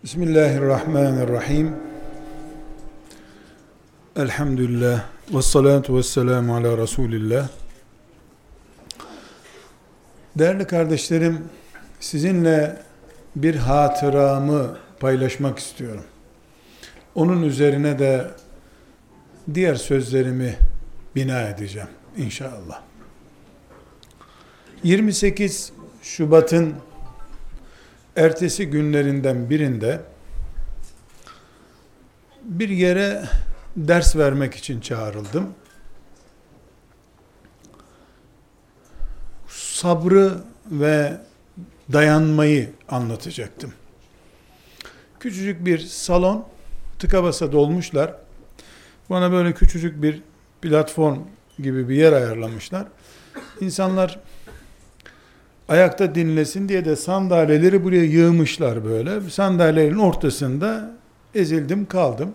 Bismillahirrahmanirrahim. Elhamdülillah. Ve salatu ve selamu ala Resulillah. Değerli kardeşlerim, sizinle bir hatıramı paylaşmak istiyorum. Onun üzerine de diğer sözlerimi bina edeceğim inşallah. 28 Şubat'ın ertesi günlerinden birinde bir yere ders vermek için çağrıldım. Sabrı ve dayanmayı anlatacaktım. Küçücük bir salon, tıka basa dolmuşlar. Bana böyle küçücük bir platform gibi bir yer ayarlamışlar. İnsanlar ayakta dinlesin diye de sandalyeleri buraya yığmışlar böyle. Sandalyelerin ortasında ezildim kaldım.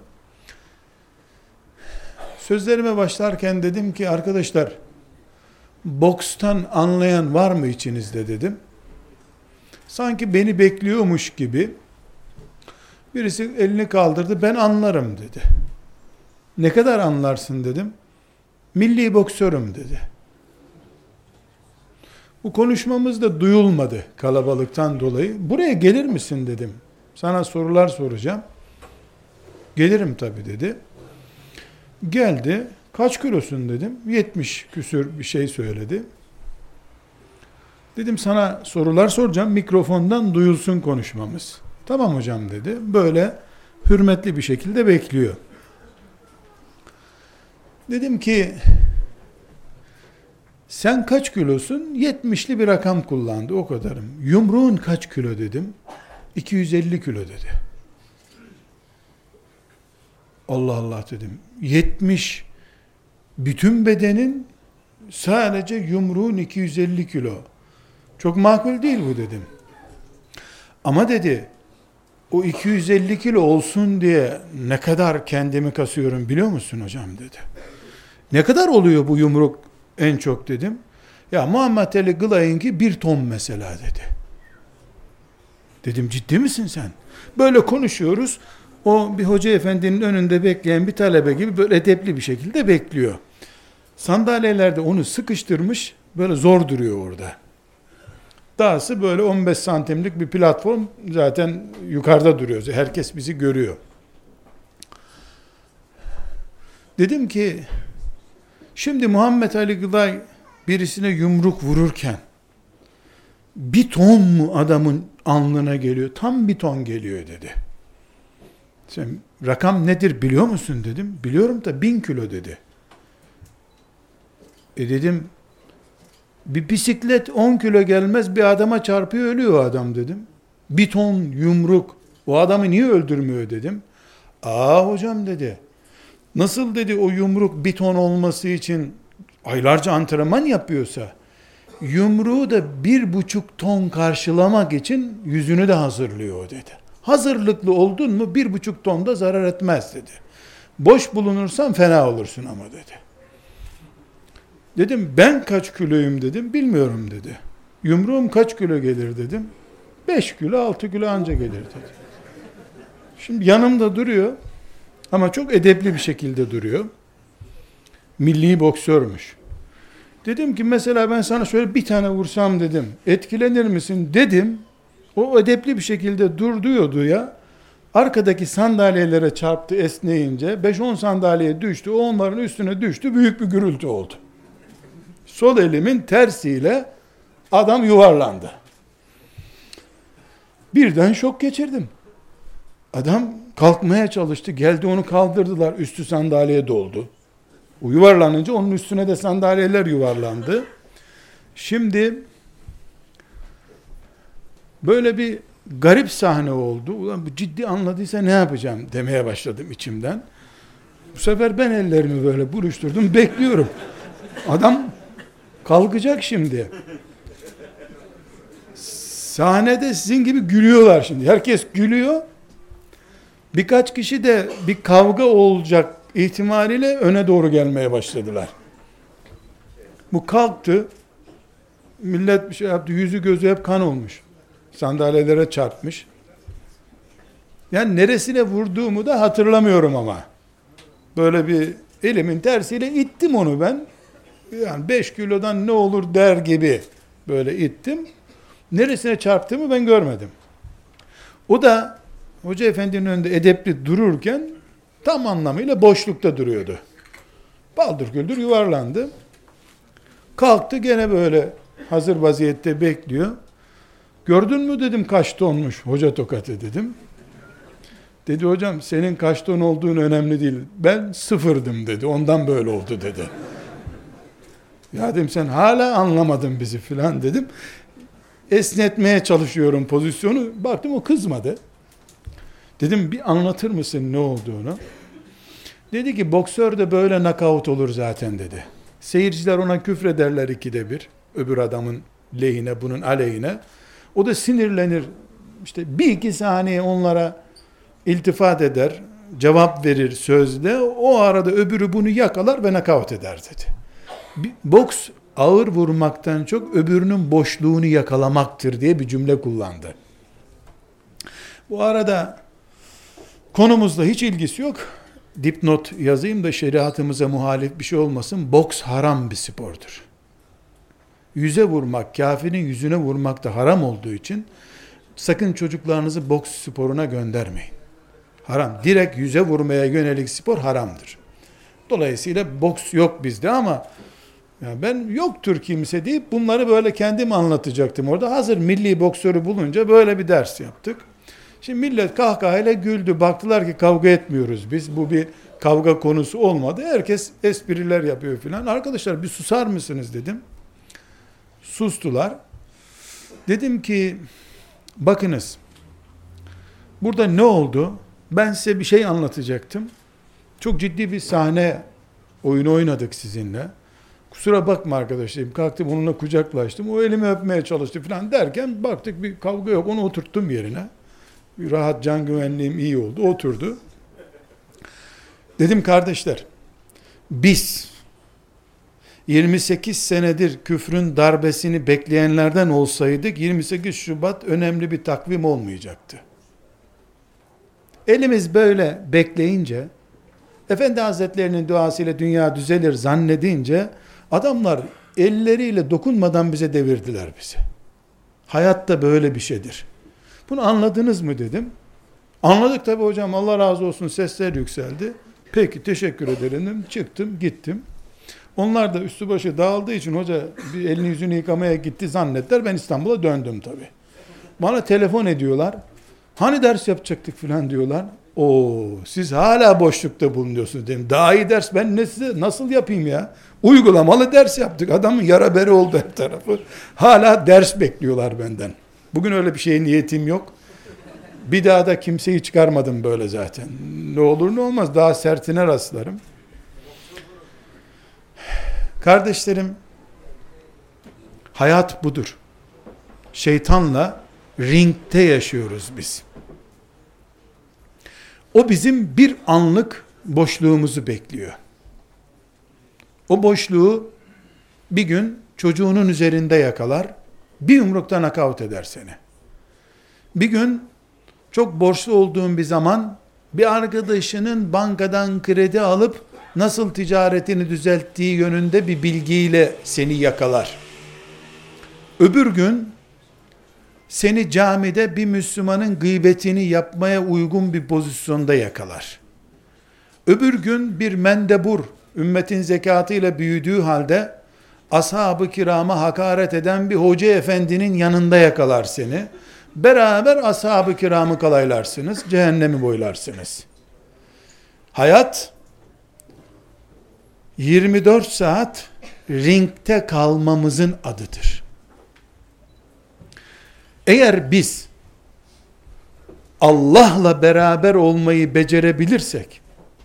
Sözlerime başlarken dedim ki arkadaşlar, bokstan anlayan var mı içinizde dedim. Sanki beni bekliyormuş gibi birisi elini kaldırdı, ben anlarım dedi. Ne kadar anlarsın dedim. Milli boksörüm dedi. Bu konuşmamız da duyulmadı kalabalıktan dolayı. Buraya gelir misin dedim. Sana sorular soracağım. Gelirim tabii dedi. Geldi. Kaç kilosun dedim. 70 küsür bir şey söyledi. Dedim sana sorular soracağım. Mikrofondan duyulsun konuşmamız. Tamam hocam dedi. Böyle hürmetli bir şekilde bekliyor. Dedim ki sen kaç kilosun? 70'li bir rakam kullandı, o kadarım. Yumruğun kaç kilo dedim. 250 kilo dedi. Allah Allah dedim. 70 bütün bedenin, sadece yumruğun 250 kilo. Çok makul değil bu dedim. Ama dedi, o 250 kilo olsun diye ne kadar kendimi kasıyorum biliyor musun hocam dedi. Ne kadar oluyor bu yumruk en çok dedim. Ya Muhammed Ali Gılay'ınki 1 ton mesela dedi. Dedim ciddi misin sen? Böyle konuşuyoruz. O bir hoca efendinin önünde bekleyen bir talebe gibi böyle edepli bir şekilde bekliyor. Sandalyelerde onu sıkıştırmış, böyle zor duruyor orada. Dahası böyle 15 santimlik bir platform, zaten yukarıda duruyoruz. Herkes bizi görüyor. Dedim ki şimdi Muhammed Ali Gılay birisine yumruk vururken 1 ton mu adamın alnına geliyor? Tam 1 ton geliyor dedi. Sen rakam nedir biliyor musun dedim. Biliyorum da 1000 kilo dedi. Dedim bir bisiklet 10 kilo gelmez, bir adama çarpıyor ölüyor adam dedim. 1 ton yumruk o adamı niye öldürmüyor dedim. Hocam dedi. Nasıl dedi o yumruk 1 ton olması için aylarca antrenman yapıyorsa, yumruğu da 1,5 ton karşılamak için yüzünü de hazırlıyor dedi. Hazırlıklı oldun mu 1,5 ton da zarar etmez dedi. Boş bulunursan fena olursun ama dedi. Dedim ben kaç kiloyum dedim, bilmiyorum dedi. Yumruğum kaç kilo gelir dedim. 5 kilo 6 kilo anca gelir dedi. Şimdi yanımda duruyor. Ama çok edepli bir şekilde duruyor. Milli boksörmüş. Dedim ki mesela ben sana şöyle bir tane vursam dedim. Etkilenir misin dedim. O edepli bir şekilde durduyordu ya. Arkadaki sandalyelere çarptı esneyince. 5-10 sandalye düştü. O onların üstüne düştü. Büyük bir gürültü oldu. Sol elimin tersiyle adam yuvarlandı. Birden şok geçirdim. Adam kalkmaya çalıştı. Geldi onu kaldırdılar. Üstü sandalyeye doldu. O yuvarlanınca onun üstüne de sandalyeler yuvarlandı. Şimdi böyle bir garip sahne oldu. Ulan bu ciddi anladıysa ne yapacağım demeye başladım içimden. Bu sefer ben ellerimi böyle buruşturdum. Bekliyorum. Adam kalkacak şimdi. Sahnede sizin gibi gülüyorlar şimdi. Herkes gülüyor. Birkaç kişi de bir kavga olacak ihtimaliyle öne doğru gelmeye başladılar. Bu kalktı. Millet bir şey yaptı. Yüzü gözü hep kan olmuş. Sandalyelere çarpmış. Yani neresine vurduğumu da hatırlamıyorum ama. Böyle bir elimin tersiyle ittim onu ben. Yani 5 kilodan ne olur der gibi böyle ittim. Neresine çarptığımı ben görmedim. O da Hoca Efendi'nin önünde edepli dururken tam anlamıyla boşlukta duruyordu. Baldır güldür yuvarlandı. Kalktı gene böyle hazır vaziyette bekliyor. Gördün mü dedim kaç tonmuş hoca tokatı dedim. Dedi hocam senin kaç ton olduğun önemli değil. Ben sıfırdım dedi. Ondan böyle oldu dedi. Ya dedim sen hala anlamadın bizi filan dedim. Esnetmeye çalışıyorum pozisyonu. Baktım o kızmadı. Dedim bir anlatır mısın ne olduğunu? Dedi ki boksör de böyle knockout olur zaten dedi. Seyirciler ona küfrederler ikide bir. Öbür adamın lehine bunun aleyhine. O da sinirlenir. İşte bir iki saniye onlara iltifat eder. Cevap verir sözle. O arada öbürü bunu yakalar ve knockout eder dedi. Boks ağır vurmaktan çok öbürünün boşluğunu yakalamaktır diye bir cümle kullandı. Bu arada konumuzla hiç ilgisi yok. Dipnot yazayım da şeriatımıza muhalif bir şey olmasın. Boks haram bir spordur. Yüze vurmak, kafirin yüzüne vurmak da haram olduğu için sakın çocuklarınızı boks sporuna göndermeyin. Haram. Direkt yüze vurmaya yönelik spor haramdır. Dolayısıyla boks yok bizde ama ya ben yoktur kimse deyip bunları böyle kendim anlatacaktım orada. Hazır milli boksörü bulunca böyle bir ders yaptık. Şimdi millet kahkahayla güldü. Baktılar ki kavga etmiyoruz biz. Bu bir kavga konusu olmadı. Herkes espriler yapıyor filan. Arkadaşlar bir susar mısınız dedim. Sustular. Dedim ki bakınız burada ne oldu? Ben size bir şey anlatacaktım. Çok ciddi bir sahne oyunu oynadık sizinle. Kusura bakma arkadaşlarım. Kalktım onunla kucaklaştım. O elimi öpmeye çalıştı falan derken baktık bir kavga yok. Onu oturttum yerine. Bir rahat can güvenliğim iyi oldu. Oturdu. Dedim kardeşler biz 28 senedir küfrün darbesini bekleyenlerden olsaydık 28 Şubat önemli bir takvim olmayacaktı. Elimiz böyle bekleyince Efendi Hazretlerinin duasıyla dünya düzelir zannedince adamlar elleriyle dokunmadan bize devirdiler bizi. Hayat da böyle bir şeydir. Bunu anladınız mı dedim. Anladık tabii hocam Allah razı olsun sesler yükseldi. Peki teşekkür ederim dedim. Çıktım gittim. Onlar da üstü başı dağıldığı için hoca bir elini yüzünü yıkamaya gitti zannettiler. Ben İstanbul'a döndüm tabii. Bana telefon ediyorlar. Hani ders yapacaktık filan diyorlar. Oo, siz hala boşlukta bulunuyorsunuz dedim. Daha iyi ders ben ne size nasıl yapayım ya? Uygulamalı ders yaptık. Adamın yara bere oldu her tarafı. Hala ders bekliyorlar benden. Bugün öyle bir şeye niyetim yok. Bir daha da kimseyi çıkarmadım böyle zaten. Ne olur ne olmaz daha sertine rastlarım. Kardeşlerim, hayat budur. Şeytanla ringte yaşıyoruz biz. O bizim bir anlık boşluğumuzu bekliyor. O boşluğu bir gün çocuğunun üzerinde yakalar, bir yumrukta nakavt eder seni. Bir gün çok borçlu olduğun bir zaman bir arkadaşının bankadan kredi alıp nasıl ticaretini düzelttiği yönünde bir bilgiyle seni yakalar. Öbür gün seni camide bir Müslümanın gıybetini yapmaya uygun bir pozisyonda yakalar. Öbür gün bir mendebur, ümmetin zekatıyla büyüdüğü halde ashab-ı kirama hakaret eden bir hoca efendinin yanında yakalar seni. Beraber ashab-ı kiramı kalaylarsınız, cehennemi boylarsınız. Hayat 24 saat ringte kalmamızın adıdır. Eğer biz Allah'la beraber olmayı becerebilirsek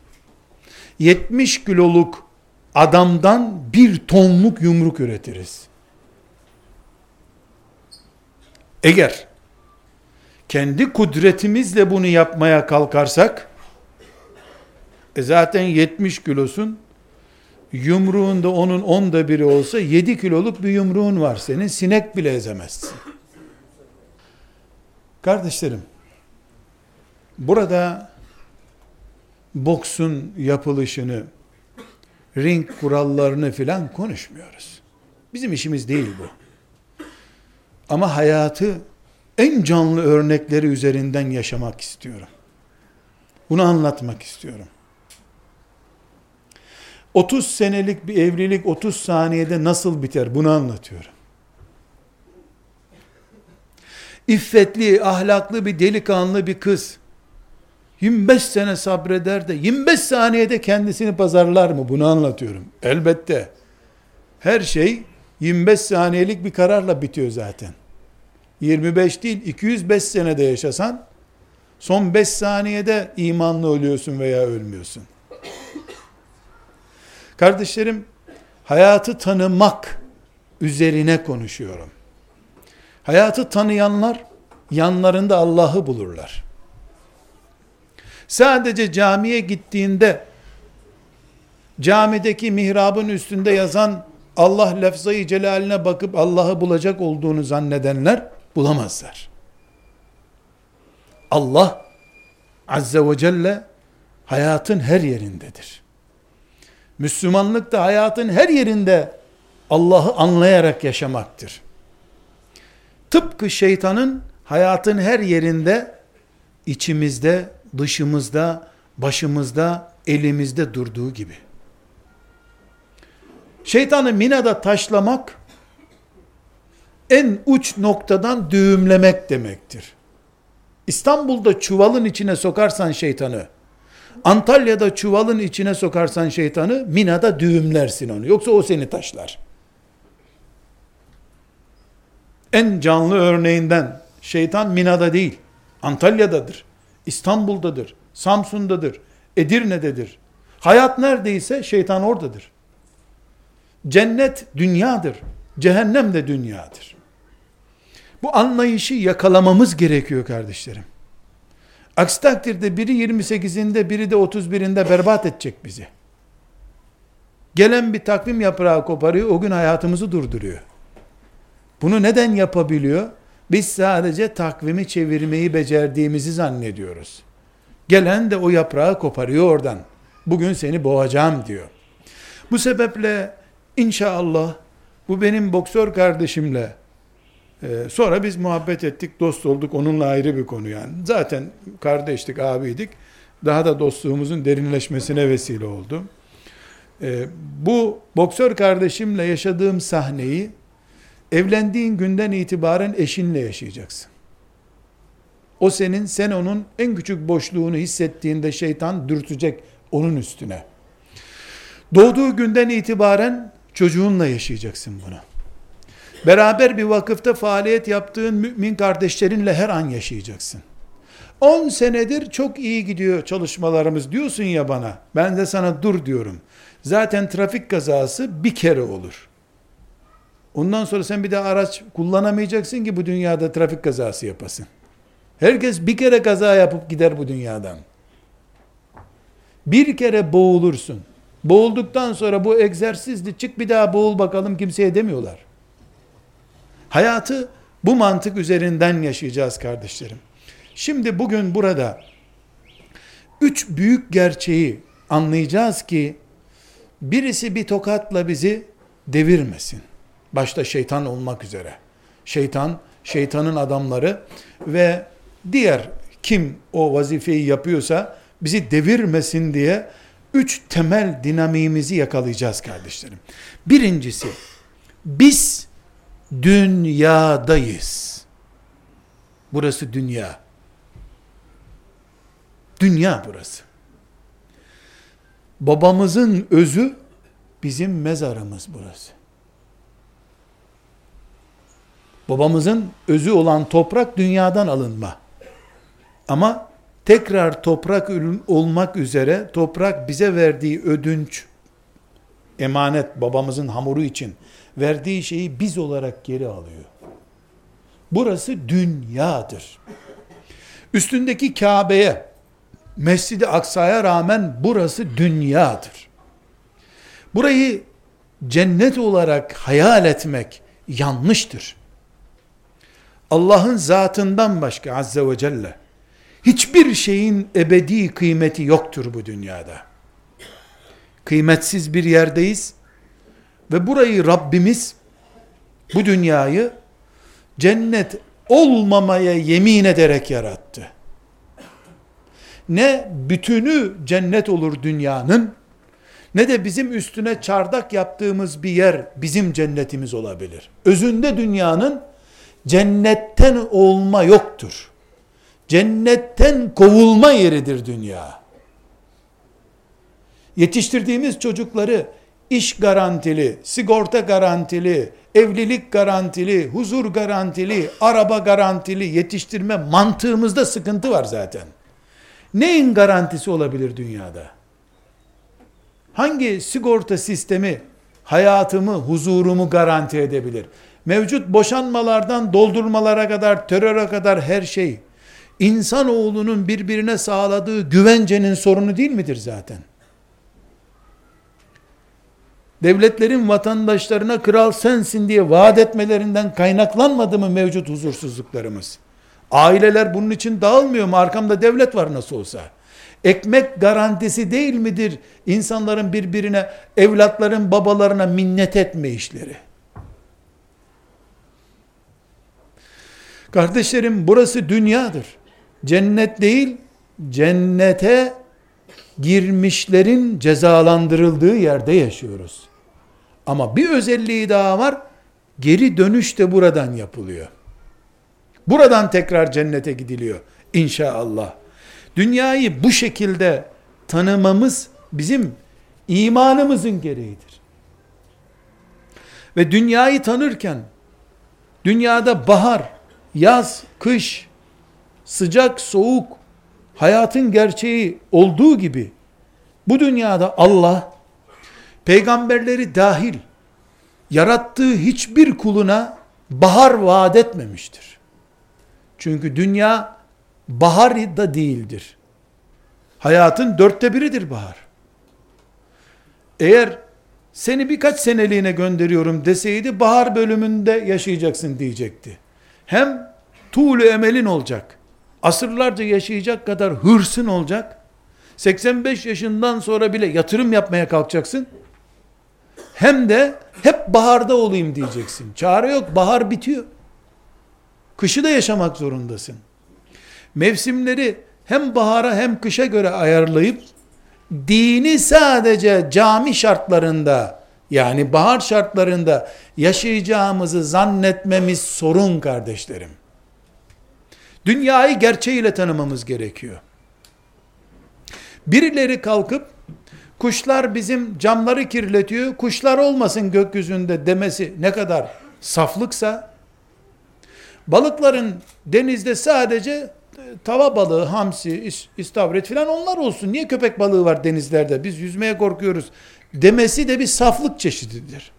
70 kiloluk adamdan 1 tonluk yumruk üretiriz. Eğer kendi kudretimizle bunu yapmaya kalkarsak zaten 70 kilosun, yumruğunda onun 10'da biri olsa 7 kiloluk bir yumruğun var senin, sinek bile ezemezsin. Kardeşlerim, Burada boksun yapılışını, ring kurallarını filan konuşmuyoruz. Bizim işimiz değil bu. Ama hayatı en canlı örnekleri üzerinden yaşamak istiyorum. Bunu anlatmak istiyorum. 30 senelik bir evlilik 30 saniyede nasıl biter? Bunu anlatıyorum. İffetli, ahlaklı bir delikanlı bir kız 25 sene sabreder de 25 saniyede kendisini pazarlar mı? Bunu anlatıyorum. Elbette. Her şey 25 saniyelik bir kararla bitiyor zaten. 25 değil, 205 senede yaşasan son 5 saniyede imanlı ölüyorsun veya ölmüyorsun. Kardeşlerim, hayatı tanımak üzerine konuşuyorum. Hayatı tanıyanlar yanlarında Allah'ı bulurlar. Sadece camiye gittiğinde camideki mihrabın üstünde yazan Allah lafzayı celaline bakıp Allah'ı bulacak olduğunu zannedenler bulamazlar. Allah Azze ve Celle hayatın her yerindedir. Müslümanlık da hayatın her yerinde Allah'ı anlayarak yaşamaktır. Tıpkı şeytanın hayatın her yerinde, içimizde, dışımızda, başımızda, elimizde durduğu gibi. Şeytanı Mina'da taşlamak, en uç noktadan düğümlemek demektir. İstanbul'da çuvalın içine sokarsan şeytanı, Antalya'da çuvalın içine sokarsan şeytanı, Mina'da düğümlersin onu. Yoksa o seni taşlar. En canlı örneğinden, şeytan Mina'da değil, Antalya'dadır, İstanbul'dadır, Samsun'dadır, Edirne'dedir. Hayat neredeyse şeytan oradadır. Cennet dünyadır, cehennem de dünyadır. Bu anlayışı yakalamamız gerekiyor kardeşlerim. Aksi takdirde biri 28'inde, biri de 31'inde berbat edecek bizi. Gelen bir takvim yaprağı koparıyor, o gün hayatımızı durduruyor. Bunu neden yapabiliyor? Biz sadece takvimi çevirmeyi becerdiğimizi zannediyoruz. Gelen de o yaprağı koparıyor oradan. Bugün seni boğacağım diyor. Bu sebeple inşallah bu benim boksör kardeşimle sonra biz muhabbet ettik, dost olduk, onunla ayrı bir konu yani. Zaten kardeştik, abiydik. Daha da dostluğumuzun derinleşmesine vesile oldu. Bu boksör kardeşimle yaşadığım sahneyi evlendiğin günden itibaren eşinle yaşayacaksın. O senin, sen onun en küçük boşluğunu hissettiğinde şeytan dürtecek onun üstüne. Doğduğu günden itibaren çocuğunla yaşayacaksın bunu. Beraber bir vakıfta faaliyet yaptığın mümin kardeşlerinle her an yaşayacaksın. 10 senedir çok iyi gidiyor çalışmalarımız diyorsun ya bana. Ben de sana dur diyorum. Zaten trafik kazası bir kere olur. Ondan sonra sen bir daha araç kullanamayacaksın ki bu dünyada trafik kazası yapasın. Herkes bir kere kaza yapıp gider bu dünyadan. Bir kere boğulursun. Boğulduktan sonra bu egzersizli, çık bir daha boğul bakalım kimseye demiyorlar. Hayatı bu mantık üzerinden yaşayacağız kardeşlerim. Şimdi bugün burada 3 büyük gerçeği anlayacağız ki birisi bir tokatla bizi devirmesin. Başta şeytan olmak üzere. Şeytan, şeytanın adamları ve diğer kim o vazifeyi yapıyorsa bizi devirmesin diye 3 temel dinamiğimizi yakalayacağız kardeşlerim. Birincisi, biz dünyadayız. Burası dünya. Dünya burası. Babamızın özü bizim mezarımız burası. Babamızın özü olan toprak dünyadan alınma. Ama tekrar toprak olmak üzere toprak bize verdiği ödünç, emanet, babamızın hamuru için verdiği şeyi biz olarak geri alıyor. Burası dünyadır. Üstündeki Kabe'ye, Mescid-i Aksa'ya rağmen burası dünyadır. Burayı cennet olarak hayal etmek yanlıştır. Allah'ın zatından başka Azze ve Celle Hiçbir şeyin ebedi kıymeti yoktur bu dünyada. Kıymetsiz bir yerdeyiz ve burayı Rabbimiz, bu dünyayı cennet olmamaya yemin ederek yarattı. Ne bütünü cennet olur dünyanın, ne de bizim üstüne çardak yaptığımız bir yer bizim cennetimiz olabilir. Özünde dünyanın cennetten olma yoktur. Cennetten kovulma yeridir dünya. Yetiştirdiğimiz çocukları iş garantili, sigorta garantili, evlilik garantili, huzur garantili, araba garantili yetiştirme mantığımızda sıkıntı var zaten. Neyin garantisi olabilir dünyada? Hangi sigorta sistemi hayatımı, huzurumu garanti edebilir? Mevcut boşanmalardan doldurmalara kadar, teröre kadar her şey, insanoğlunun birbirine sağladığı güvencenin sorunu değil midir zaten? Devletlerin vatandaşlarına kral sensin diye vaat etmelerinden kaynaklanmadı mı mevcut huzursuzluklarımız? Aileler bunun için dağılmıyor mu? Arkamda devlet var nasıl olsa. Ekmek garantisi değil midir insanların birbirine, evlatların babalarına minnet etme işleri? Kardeşlerim, burası dünyadır. Cennet değil, cennete girmişlerin cezalandırıldığı yerde yaşıyoruz. Ama bir özelliği daha var, geri dönüş de buradan yapılıyor. Buradan tekrar cennete gidiliyor inşallah. Dünyayı bu şekilde tanımamız bizim imanımızın gereğidir. Ve dünyayı tanırken, dünyada bahar, yaz, kış, sıcak, soğuk, hayatın gerçeği olduğu gibi, bu dünyada Allah, peygamberleri dahil, yarattığı hiçbir kuluna bahar vaat etmemiştir. Çünkü dünya, bahar da değildir. Hayatın 1/4'idir bahar. Eğer seni birkaç seneliğine gönderiyorum deseydi, bahar bölümünde yaşayacaksın diyecekti. Hem tuğlu emelin olacak, asırlarca yaşayacak kadar hırsın olacak, 85 yaşından sonra bile yatırım yapmaya kalkacaksın, hem de hep baharda olayım diyeceksin. Çare yok, bahar bitiyor. Kışı da yaşamak zorundasın. Mevsimleri hem bahara hem kışa göre ayarlayıp, dini sadece cami şartlarında, yani bahar şartlarında yaşayacağımızı zannetmemiz sorun kardeşlerim. Dünyayı gerçeğiyle tanımamız gerekiyor. Birileri kalkıp, kuşlar bizim camları kirletiyor, kuşlar olmasın gökyüzünde demesi ne kadar saflıksa, balıkların denizde sadece tava balığı, hamsi, istavrit filan onlar olsun. Niye köpek balığı var denizlerde? Biz yüzmeye korkuyoruz demesi de bir saflık çeşididir.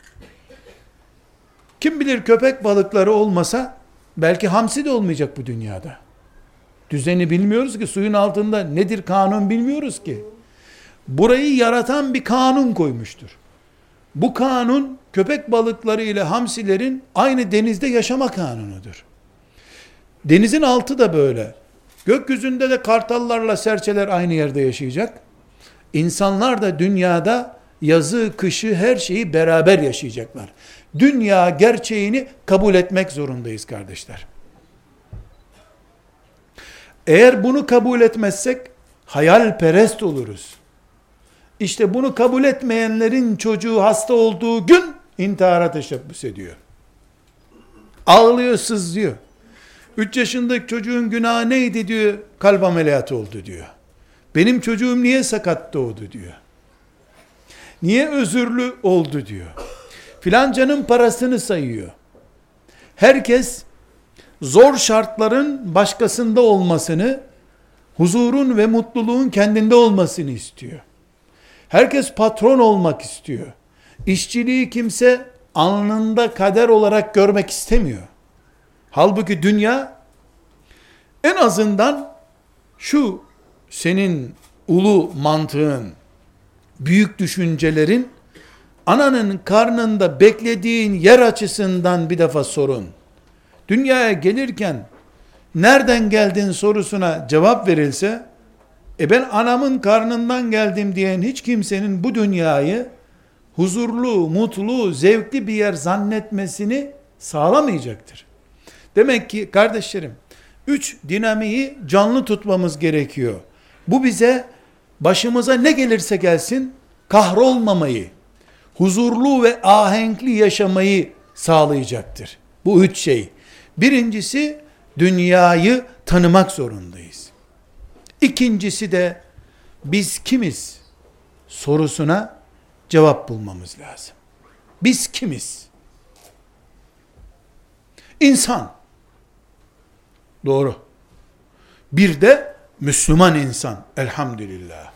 Kim bilir köpek balıkları olmasa belki hamsi de olmayacak bu dünyada. Düzeni bilmiyoruz ki, suyun altında nedir kanun bilmiyoruz ki. Burayı yaratan bir kanun koymuştur. Bu kanun köpek balıkları ile hamsilerin aynı denizde yaşama kanunudur. Denizin altı da böyle. Gökyüzünde de kartallarla serçeler aynı yerde yaşayacak. İnsanlar da dünyada yazı, kışı, her şeyi beraber yaşayacaklar. Dünya gerçeğini kabul etmek zorundayız kardeşler. Eğer bunu kabul etmezsek hayalperest oluruz. İşte bunu kabul etmeyenlerin çocuğu hasta olduğu gün intihara teşebbüs ediyor. Ağlıyor, sızlıyor. 3 yaşındaki çocuğun günahı neydi diyor, kalp ameliyatı oldu diyor. Benim çocuğum niye sakat doğdu diyor. Niye özürlü oldu diyor. Filancanın parasını sayıyor. Herkes zor şartların başkasında olmasını, huzurun ve mutluluğun kendinde olmasını istiyor. Herkes patron olmak istiyor. İşçiliği kimse alnında kader olarak görmek istemiyor. Halbuki dünya en azından şu senin ulu mantığın, büyük düşüncelerin ananın karnında beklediğin yer açısından bir defa sorun. Dünyaya gelirken nereden geldin sorusuna cevap verilse, ben anamın karnından geldim diyen hiç kimsenin bu dünyayı huzurlu, mutlu, zevkli bir yer zannetmesini sağlamayacaktır. Demek ki kardeşlerim, 3 dinamiği canlı tutmamız gerekiyor. Bu bize başımıza ne gelirse gelsin kahrolmamayı, huzurlu ve ahenkli yaşamayı sağlayacaktır. Bu 3 şey. Birincisi, dünyayı tanımak zorundayız. İkincisi de biz kimiz sorusuna cevap bulmamız lazım. Biz kimiz? İnsan. Doğru. Bir de Müslüman insan. Elhamdülillah.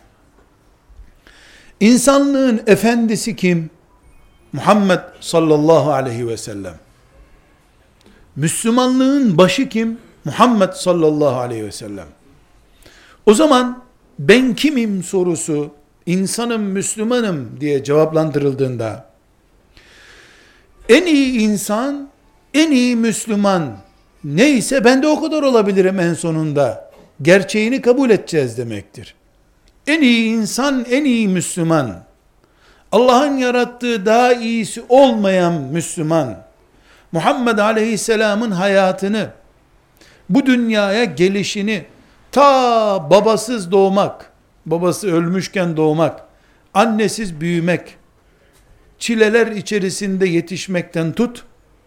İnsanlığın efendisi kim? Muhammed sallallahu aleyhi ve sellem. Müslümanlığın başı kim? Muhammed sallallahu aleyhi ve sellem. O zaman ben kimim sorusu, insanım, Müslümanım diye cevaplandırıldığında, en iyi insan, en iyi Müslüman neyse ben de o kadar olabilirim en sonunda. Gerçeğini kabul edeceğiz demektir. En iyi insan, en iyi Müslüman, Allah'ın yarattığı daha iyisi olmayan Müslüman, Muhammed Aleyhisselam'ın hayatını, bu dünyaya gelişini, ta babasız doğmak, babası ölmüşken doğmak, annesiz büyümek, çileler içerisinde yetişmekten tut,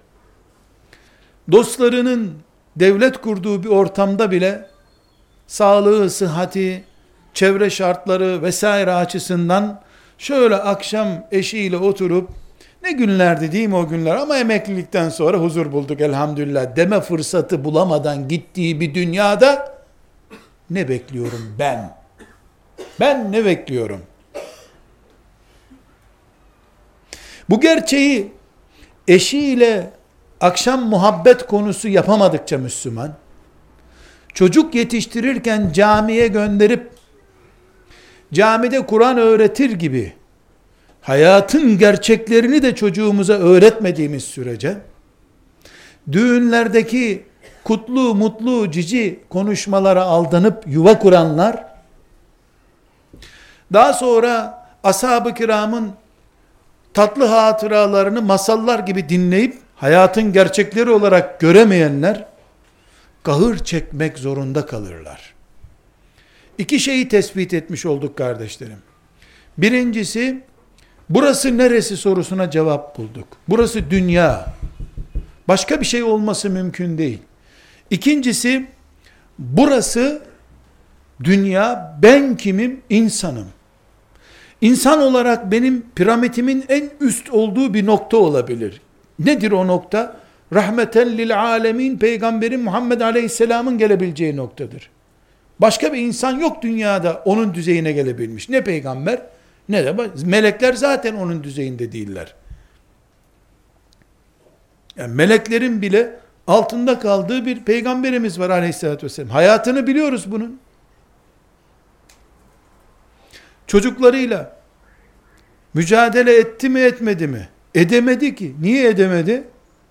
dostlarının devlet kurduğu bir ortamda bile sağlığı, sıhhati, çevre şartları vesaire açısından şöyle akşam eşiyle oturup, ne günlerdi değil mi o günler, ama emeklilikten sonra huzur bulduk elhamdülillah deme fırsatı bulamadan gittiği bir dünyada ne bekliyorum ben? Ben ne bekliyorum? Bu gerçeği eşiyle akşam muhabbet konusu yapamadıkça Müslüman, çocuk yetiştirirken camiye gönderip camide Kur'an öğretir gibi hayatın gerçeklerini de çocuğumuza öğretmediğimiz sürece, düğünlerdeki kutlu, mutlu, cici konuşmalara aldanıp yuva kuranlar, daha sonra ashab-ı kiramın tatlı hatıralarını masallar gibi dinleyip, hayatın gerçekleri olarak göremeyenler, kahır çekmek zorunda kalırlar. İki şeyi tespit etmiş olduk kardeşlerim. Birincisi, burası neresi sorusuna cevap bulduk. Burası dünya. Başka bir şey olması mümkün değil. İkincisi, burası dünya, ben kimim? İnsanım. İnsan olarak benim piramitimin en üst olduğu bir nokta olabilir. Nedir o nokta? Rahmeten lil alemin, Peygamberin Muhammed Aleyhisselam'ın gelebileceği noktadır. Başka bir insan yok dünyada onun düzeyine gelebilmiş. Ne peygamber ne de melekler zaten onun düzeyinde değiller. Yani meleklerin bile altında kaldığı bir peygamberimiz var Aleyhisselatü vesselam. Hayatını biliyoruz bunun. Çocuklarıyla mücadele etti mi etmedi mi? Edemedi ki. Niye edemedi?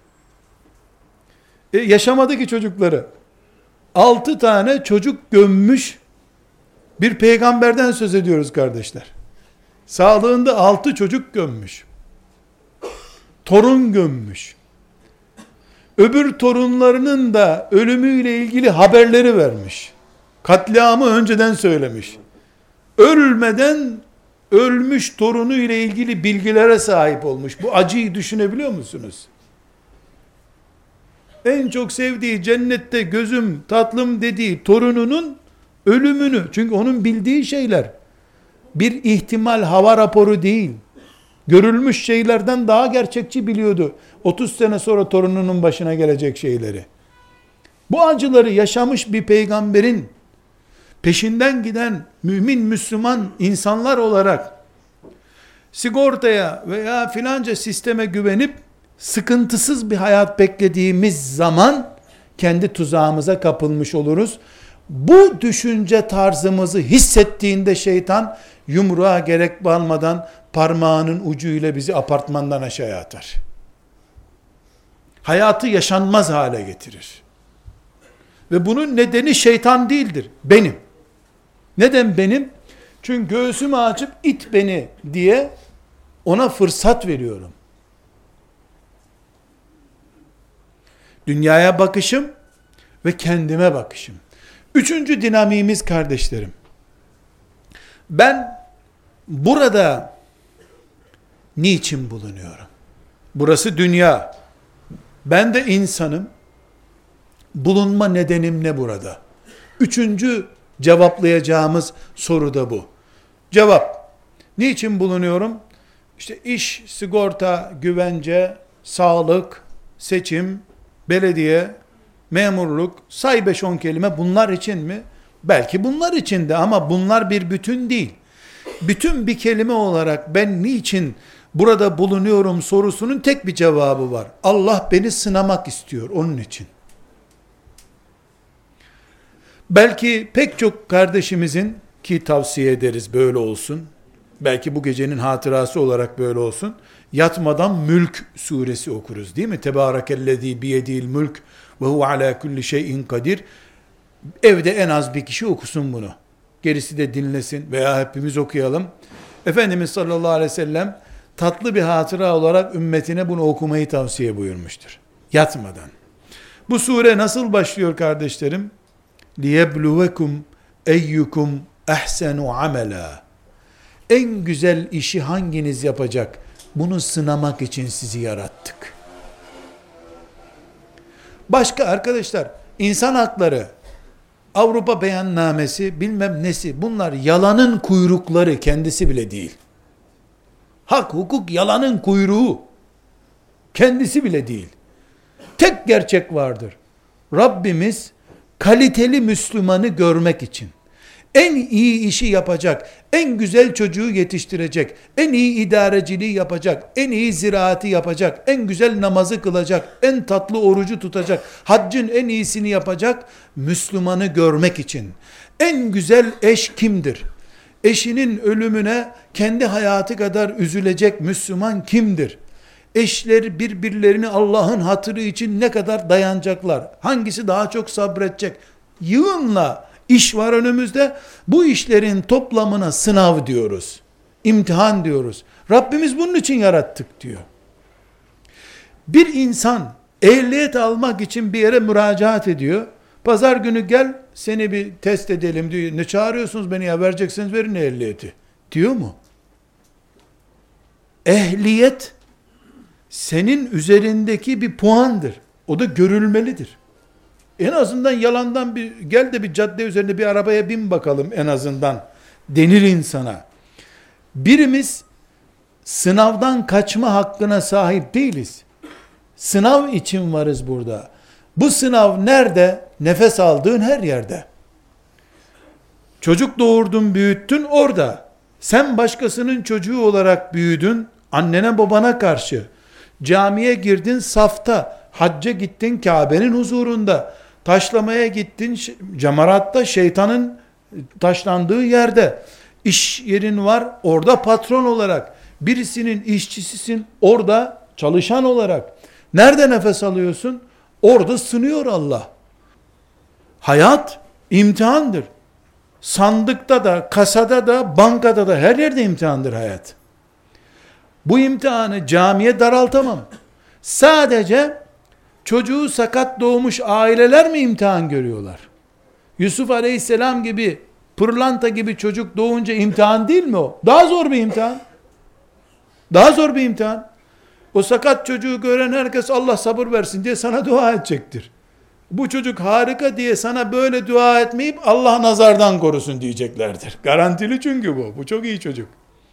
Yaşamadı ki çocukları. 6 tane çocuk gömmüş bir peygamberden söz ediyoruz kardeşler. Sağlığında 6 çocuk gömmüş. Torun gömmüş. Öbür torunlarının da ölümüyle ilgili haberleri vermiş. Katliamı önceden söylemiş. Ölmeden ölmüş torunu ile ilgili bilgilere sahip olmuş. Bu acıyı düşünebiliyor musunuz? En çok sevdiği, cennette gözüm tatlım dediği torununun ölümünü, çünkü onun bildiği şeyler bir ihtimal hava raporu değil, görülmüş şeylerden daha gerçekçi biliyordu 30 sene sonra torununun başına gelecek şeyleri. Bu acıları yaşamış bir peygamberin peşinden giden mümin Müslüman insanlar olarak sigortaya veya filanca sisteme güvenip sıkıntısız bir hayat beklediğimiz zaman kendi tuzağımıza kapılmış oluruz. Bu düşünce tarzımızı hissettiğinde şeytan yumruğa gerek kalmadan parmağının ucuyla bizi apartmandan aşağıya atar. Hayatı yaşanmaz hale getirir. Ve bunun nedeni şeytan değildir. Benim. Neden benim? Çünkü göğsümü açıp it beni diye ona fırsat veriyorum. Dünyaya bakışım ve kendime bakışım. Üçüncü dinamiğimiz kardeşlerim. Ben burada niçin bulunuyorum? Burası dünya. Ben de insanım. Bulunma nedenim ne burada? Üçüncü cevaplayacağımız soru da bu. Cevap. Niçin bulunuyorum? İşte iş, sigorta, güvence, sağlık, seçim, belediye, memurluk, say 5-10 kelime bunlar için mi? Belki bunlar için de ama bunlar bir bütün değil. Bütün bir kelime olarak ben niçin burada bulunuyorum sorusunun tek bir cevabı var. Allah beni sınamak istiyor onun için. Belki pek çok kardeşimizin ki tavsiye ederiz böyle olsun. Belki bu gecenin hatırası olarak böyle olsun. Yatmadan Mülk suresi okuruz değil mi? Tebârekellezî biyedîl mülk ve huve alâ kulli şeyin kadir. Evde en az bir kişi okusun bunu. Gerisi de dinlesin veya hepimiz okuyalım. Efendimiz sallallahu aleyhi ve sellem tatlı bir hatıra olarak ümmetine bunu okumayı tavsiye buyurmuştur. Yatmadan. Bu sure nasıl başlıyor kardeşlerim? لِيَبْلُوَكُمْ اَيُّكُمْ اَحْسَنُ عَمَلًا. En güzel işi hanginiz yapacak? Bunu sınamak için sizi yarattık. Başka arkadaşlar, insan hakları, Avrupa beyannamesi, bilmem nesi, bunlar yalanın kuyrukları, kendisi bile değil. Hak, hukuk yalanın kuyruğu, kendisi bile değil. Tek gerçek vardır. Rabbimiz kaliteli Müslümanı görmek için, en iyi işi yapacak, en güzel çocuğu yetiştirecek, en iyi idareciliği yapacak, en iyi ziraati yapacak, en güzel namazı kılacak, en tatlı orucu tutacak, haccın en iyisini yapacak Müslümanı görmek için. En güzel eş kimdir? Eşinin ölümüne kendi hayatı kadar üzülecek Müslüman kimdir? Eşler birbirlerini Allah'ın hatırı için ne kadar dayanacaklar? Hangisi daha çok sabredecek? Yığınla iş var önümüzde. Bu işlerin toplamına sınav diyoruz. İmtihan diyoruz. Rabbimiz bunun için yarattık diyor. Bir insan ehliyet almak için bir yere müracaat ediyor. Pazar günü gel seni bir test edelim diyor. Ne çağırıyorsunuz beni ya, vereceksiniz verin ehliyeti. Diyor mu? Ehliyet senin üzerindeki bir puandır. O da görülmelidir. En azından yalandan bir gel de bir cadde üzerinde bir arabaya bin bakalım en azından denir insana. Birimiz sınavdan kaçma hakkına sahip değiliz. Sınav için varız burada. Bu sınav nerede? Nefes aldığın her yerde. Çocuk doğurdun, büyüttün orada. Sen başkasının çocuğu olarak büyüdün, annene babana karşı. Camiye girdin safta, hacca gittin Kabe'nin huzurunda, taşlamaya gittin cemaratta şeytanın taşlandığı yerde, iş yerin var orada patron olarak, birisinin işçisisin orada çalışan olarak. Nerede nefes alıyorsun? Orada sınıyor Allah. Hayat imtihandır. Sandıkta da, kasada da, bankada da her yerde imtihandır hayat. Bu imtihanı camiye daraltamam. Sadece çocuğu sakat doğmuş aileler mi imtihan görüyorlar? Yusuf Aleyhisselam gibi, pırlanta gibi çocuk doğunca imtihan değil mi o? Daha zor bir imtihan. Daha zor bir imtihan. O sakat çocuğu gören herkes Allah sabır versin diye sana dua edecektir. Bu çocuk harika diye sana böyle dua etmeyip Allah nazardan korusun diyeceklerdir. Garantili çünkü bu. Bu çok iyi çocuk.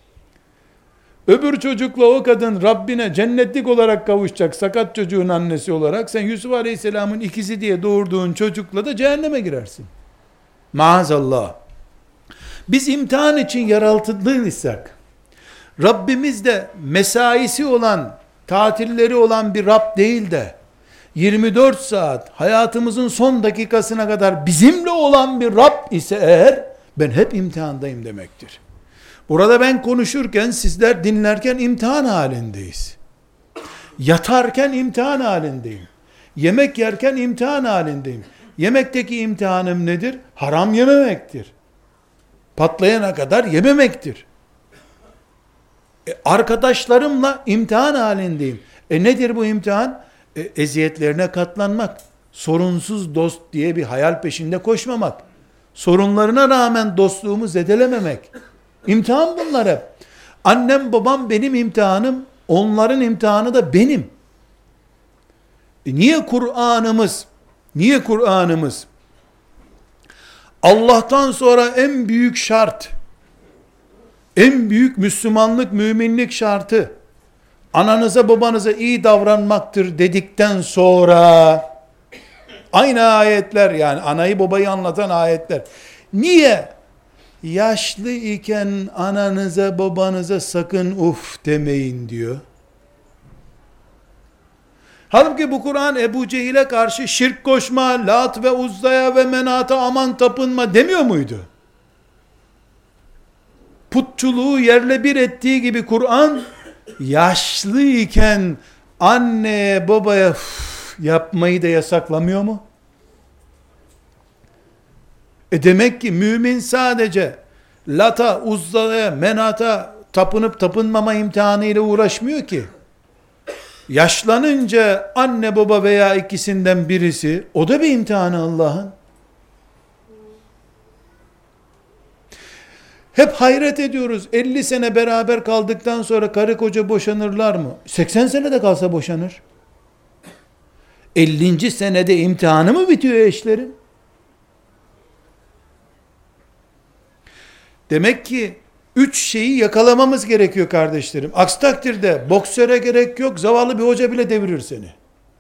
Öbür çocukla o kadın Rabbine cennetlik olarak kavuşacak, sakat çocuğun annesi olarak. Sen Yusuf Aleyhisselam'ın ikizi diye doğurduğun çocukla da cehenneme girersin. Maazallah. Biz imtihan için yaratıldıysak, Rabbimiz de mesaisi olan, tatilleri olan bir Rab değil de, 24 saat hayatımızın son dakikasına kadar bizimle olan bir Rab ise eğer, ben hep imtihandayım demektir. Burada ben konuşurken, sizler dinlerken imtihan halindeyiz. Yatarken imtihan halindeyim. Yemek yerken imtihan halindeyim. Yemekteki imtihanım nedir? Haram yememektir. Patlayana kadar yememektir. Arkadaşlarımla imtihan halindeyim. Nedir bu imtihan? Eziyetlerine katlanmak. Sorunsuz dost diye bir hayal peşinde koşmamak. Sorunlarına rağmen dostluğumu zedelememek. İmtihan bunlar hep. Annem babam benim imtihanım, onların imtihanı da benim. Niye Kur'an'ımız Allah'tan sonra en büyük şart, en büyük Müslümanlık, müminlik şartı ananıza babanıza iyi davranmaktır dedikten sonra aynı ayetler, yani anayı babayı anlatan ayetler, niye yaşlı iken ananıza babanıza sakın uf demeyin diyor? Halbuki bu Kur'an Ebu Cehil'e karşı şirk koşma, Lat ve Uzza'ya ve Menat'a aman tapınma demiyor muydu? Putçuluğu yerle bir ettiği gibi Kur'an yaşlı iken anneye babaya yapmayı da yasaklamıyor mu? Demek ki mümin sadece Lat'a, Uzza'ya, Menat'a tapınıp tapınmama imtihanı ile uğraşmıyor ki. Yaşlanınca anne baba veya ikisinden birisi, o da bir imtihanı Allah'ın. Hep hayret ediyoruz. 50 sene beraber kaldıktan sonra karı koca boşanırlar mı? 80 sene de kalsa boşanır. 50. senede imtihanı mı bitiyor eşlerin? Demek ki 3 şeyi yakalamamız gerekiyor kardeşlerim. Aksi takdirde boksöre gerek yok, zavallı bir hoca bile devirir seni.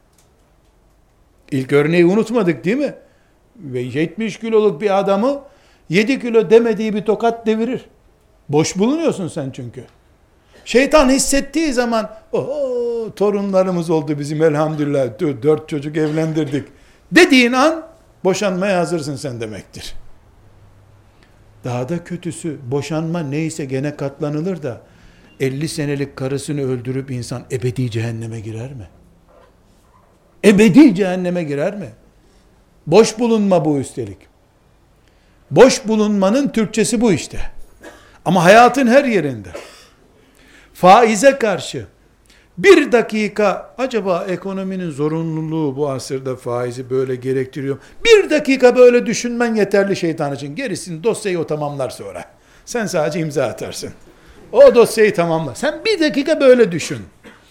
İlk örneği unutmadık değil mi? Ve 70 kiloluk bir adamı 7 kilo demediği bir tokat devirir. Boş bulunuyorsun sen çünkü. Şeytan hissettiği zaman torunlarımız oldu bizim elhamdülillah, 4 çocuk evlendirdik dediğin an boşanmaya hazırsın sen demektir. Daha da kötüsü, boşanma neyse gene katlanılır da 50 senelik karısını öldürüp insan ebedi cehenneme girer mi? Ebedi cehenneme girer mi? Boş bulunma bu üstelik. Boş bulunmanın Türkçesi bu işte. Ama hayatın her yerinde. Faize karşı bir dakika, acaba ekonominin zorunluluğu bu asırda faizi böyle gerektiriyor. Bir dakika böyle düşünmen yeterli şeytan için. Gerisini dosyayı o tamamlar sonra. Sen sadece imza atarsın. O dosyayı tamamlar. Sen bir dakika böyle düşün.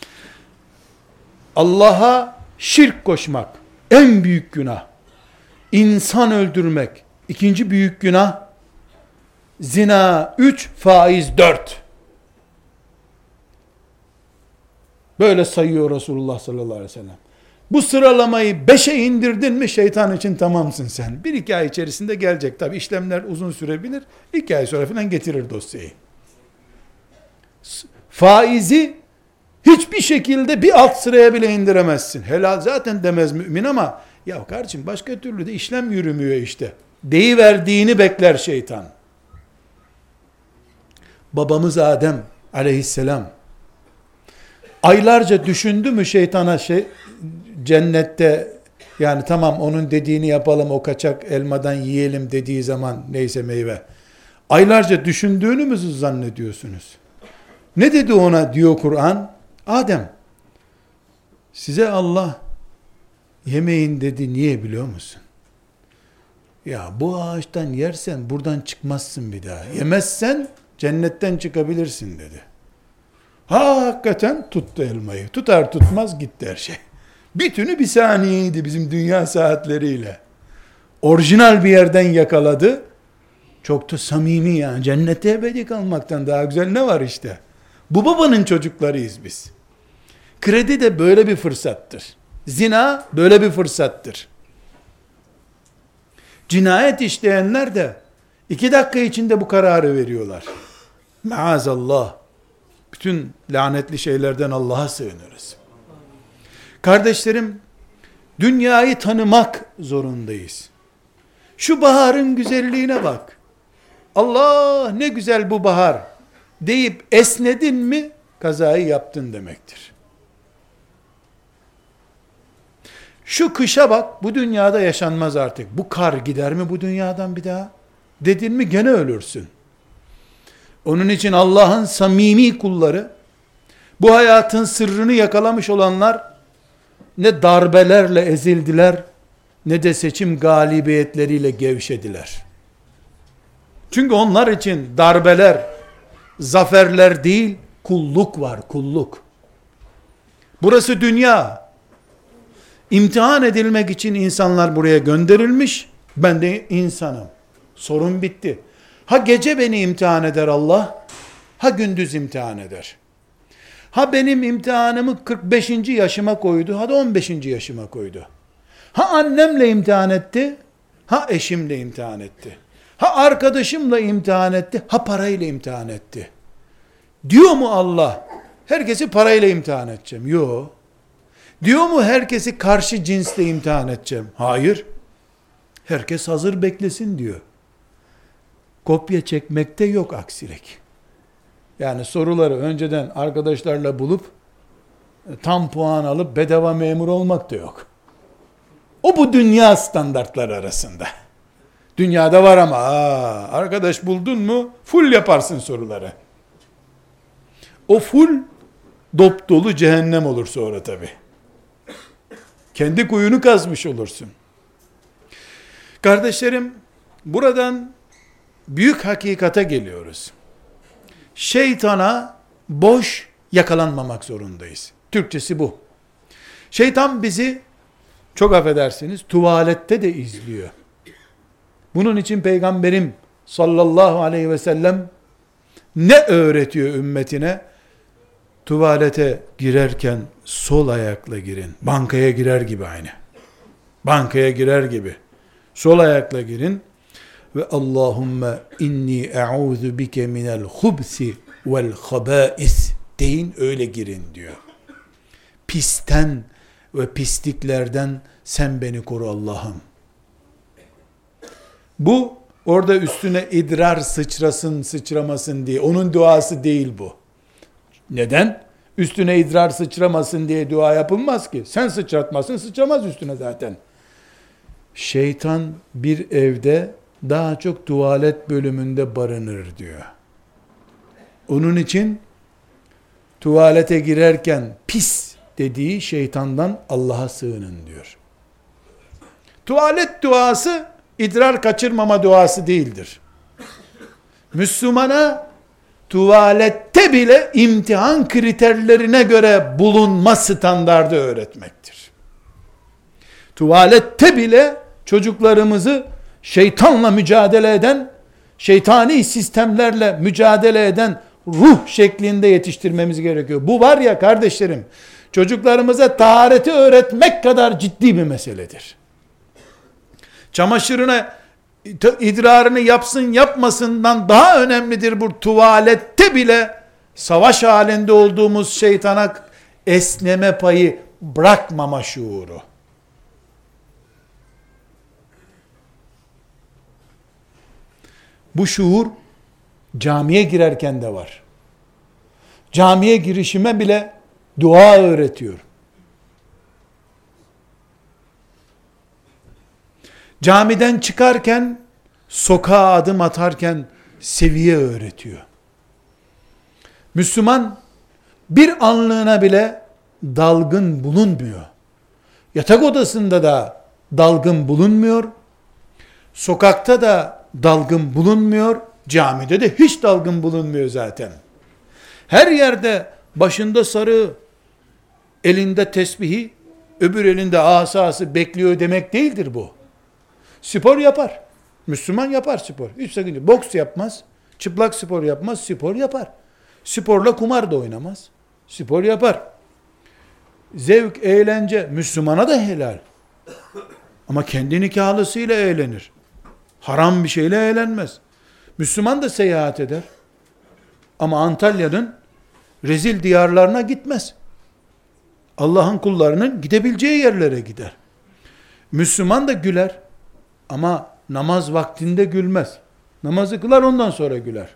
Allah'a şirk koşmak en büyük günah. İnsan öldürmek ikinci büyük günah. Zina 3, faiz 4. Böyle sayıyor Resulullah sallallahu aleyhi ve sellem. Bu sıralamayı 5'e indirdin mi şeytan için tamamsın sen. 1-2 ay içerisinde gelecek. Tabi işlemler uzun sürebilir. 2 ay sonra falan getirir dosyayı. Faizi hiçbir şekilde bir alt sıraya bile indiremezsin. Helal zaten demez mümin ama ya kardeşim başka türlü de işlem yürümüyor işte. Deyiverdiğini bekler şeytan. Babamız Adem aleyhisselam aylarca düşündü mü şeytana cennette, yani tamam onun dediğini yapalım, o kaçak elmadan yiyelim dediği zaman neyse meyve. Aylarca düşündüğünü mü zannediyorsunuz? Ne dedi ona diyor Kur'an? Adem, size Allah yemeyin dedi, niye biliyor musun? Ya bu ağaçtan yersen buradan çıkmazsın bir daha. Yemezsen cennetten çıkabilirsin dedi. Hakikaten tuttu elmayı. Tutar tutmaz gitti her şey. Bütünü bir saniyeydi bizim dünya saatleriyle. Orijinal bir yerden yakaladı. Çok da samimi yani. Cennete ebedi kalmaktan daha güzel ne var işte. Bu babanın çocuklarıyız biz. Kredi de böyle bir fırsattır. Zina böyle bir fırsattır. Cinayet işleyenler de 2 dakika içinde bu kararı veriyorlar. Maazallah. Bütün lanetli şeylerden Allah'a sığınırız. Kardeşlerim, dünyayı tanımak zorundayız. Şu baharın güzelliğine bak. Allah ne güzel bu bahar deyip esnedin mi kazayı yaptın demektir. Şu kışa bak, bu dünyada yaşanmaz artık. Bu kar gider mi bu dünyadan bir daha? Dedin mi gene ölürsün. Onun için Allah'ın samimi kulları, bu hayatın sırrını yakalamış olanlar, ne darbelerle ezildiler, ne de seçim galibiyetleriyle gevşediler. Çünkü onlar için darbeler, zaferler değil, kulluk var, kulluk. Burası dünya. İmtihan edilmek için insanlar buraya gönderilmiş. Ben de insanım. Sorun bitti. Ha gece beni imtihan eder Allah, ha gündüz imtihan eder. Ha benim imtihanımı 45. yaşıma koydu, ha da 15. yaşıma koydu. Ha annemle imtihan etti, ha eşimle imtihan etti. Ha arkadaşımla imtihan etti, ha parayla imtihan etti. Diyor mu Allah, herkesi parayla imtihan edeceğim? Yok. Diyor mu herkesi karşı cinsle imtihan edeceğim? Hayır. Herkes hazır beklesin diyor. Kopya çekmekte yok aksilik. Yani soruları önceden arkadaşlarla bulup tam puan alıp bedava memur olmak da yok. O bu dünya standartları arasında. Dünyada var ama arkadaş buldun mu full yaparsın soruları. O full dop dolu cehennem olur sonra tabi. Kendi kuyunu kazmış olursun. Kardeşlerim, buradan büyük hakikate geliyoruz. Şeytana boş yakalanmamak zorundayız. Türkçesi bu. Şeytan bizi, çok affedersiniz, tuvalette de izliyor. Bunun için Peygamberim sallallahu aleyhi ve sellem ne öğretiyor ümmetine? Tuvalete girerken sol ayakla girin. Bankaya girer gibi aynı. Bankaya girer gibi. Sol ayakla girin. Ve Allahümme inni e'udhu bike minel hubsi vel habais deyin, öyle girin diyor. Pisten ve pisliklerden sen beni koru Allah'ım. Bu orada üstüne idrar sıçrasın sıçramasın diye, onun duası değil bu. Neden? Üstüne idrar sıçramasın diye dua yapılmaz ki. Sen sıçratmasın, sıçramaz üstüne zaten. Şeytan bir evde daha çok tuvalet bölümünde barınır diyor. Onun için tuvalete girerken pis dediği şeytandan Allah'a sığının diyor. Tuvalet duası idrar kaçırmama duası değildir. Müslümana tuvalette bile imtihan kriterlerine göre bulunma standardı öğretmektir. Tuvalette bile çocuklarımızı şeytanla mücadele eden, şeytani sistemlerle mücadele eden ruh şeklinde yetiştirmemiz gerekiyor. Bu var ya kardeşlerim, çocuklarımıza tahareti öğretmek kadar ciddi bir meseledir. Çamaşırına idrarını yapsın yapmasından daha önemlidir bu tuvalette bile savaş halinde olduğumuz şeytana esneme payı bırakmama şuuru. Bu şuur camiye girerken de var. Camiye girişime bile dua öğretiyor. Camiden çıkarken, sokağa adım atarken seviye öğretiyor. Müslüman bir anlığına bile dalgın bulunmuyor. Yatak odasında da dalgın bulunmuyor. Sokakta da dalgın bulunmuyor. Camide de hiç dalgın bulunmuyor zaten. Her yerde başında sarığı, elinde tesbihi, öbür elinde asası bekliyor demek değildir bu. Spor yapar. Müslüman yapar spor. Hiç sakınca. Boks yapmaz. Çıplak spor yapmaz. Spor yapar. Sporla kumar da oynamaz. Spor yapar. Zevk, eğlence Müslümana da helal. Ama kendi nikahlısıyla eğlenir. Haram bir şeyle eğlenmez. Müslüman da seyahat eder. Ama Antalya'nın rezil diyarlarına gitmez. Allah'ın kullarının gidebileceği yerlere gider. Müslüman da güler. Ama namaz vaktinde gülmez. Namazı kılar, ondan sonra güler.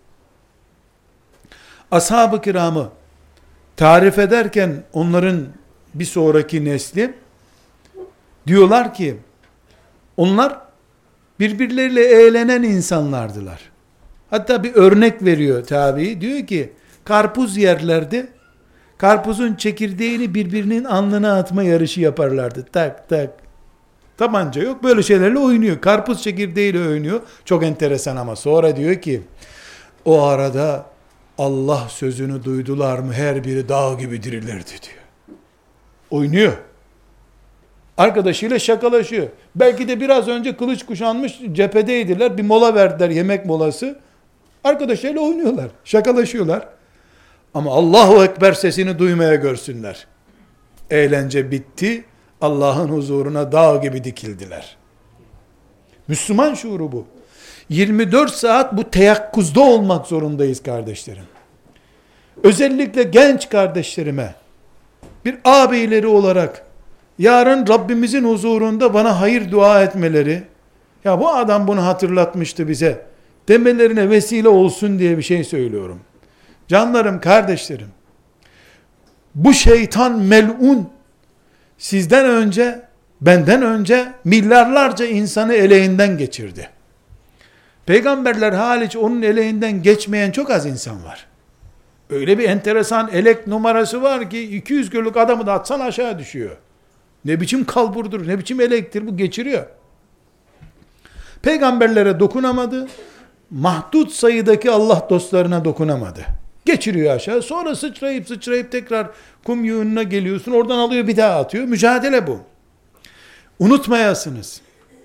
Ashab-ı kiramı tarif ederken onların bir sonraki nesli Diyorlar ki onlar birbirleriyle eğlenen insanlardılar. Hatta bir örnek veriyor tabi. Diyor ki karpuz yerlerdi. Karpuzun çekirdeğini birbirinin alnına atma yarışı yaparlardı. Tak tak. Tabanca yok. Böyle şeylerle oynuyor. Karpuz çekirdeğiyle oynuyor. Çok enteresan ama sonra diyor ki o arada Allah sözünü duydular mı her biri dağ gibi dirilirdi diyor. Oynuyor. Arkadaşıyla şakalaşıyor. Belki de biraz önce kılıç kuşanmış cephedeydiler. Bir mola verdiler, yemek molası. Arkadaşlarıyla oynuyorlar. Şakalaşıyorlar. Ama Allahu Ekber sesini duymaya görsünler. Eğlence bitti. Allah'ın huzuruna dağ gibi dikildiler. Müslüman şuuru bu. 24 saat bu teyakkuzda olmak zorundayız kardeşlerim. Özellikle genç kardeşlerime bir ağabeyleri olarak yarın Rabbimizin huzurunda bana hayır dua etmeleri, ya bu adam bunu hatırlatmıştı bize demelerine vesile olsun diye bir şey söylüyorum. Canlarım, kardeşlerim, bu şeytan melun sizden önce, benden önce milyarlarca insanı eleğinden geçirdi. Peygamberler hariç onun eleğinden geçmeyen çok az insan var. Öyle bir enteresan elek numarası var ki 200 kiloluk adamı da atsan aşağı düşüyor. Ne biçim kalburdur, ne biçim elektir bu, geçiriyor. Peygamberlere dokunamadı, mahdut sayıdaki Allah dostlarına dokunamadı. Geçiriyor aşağı, sonra sıçrayıp tekrar kum yığınına geliyorsun, oradan alıyor bir daha atıyor. Mücadele bu. Unutmayasınız.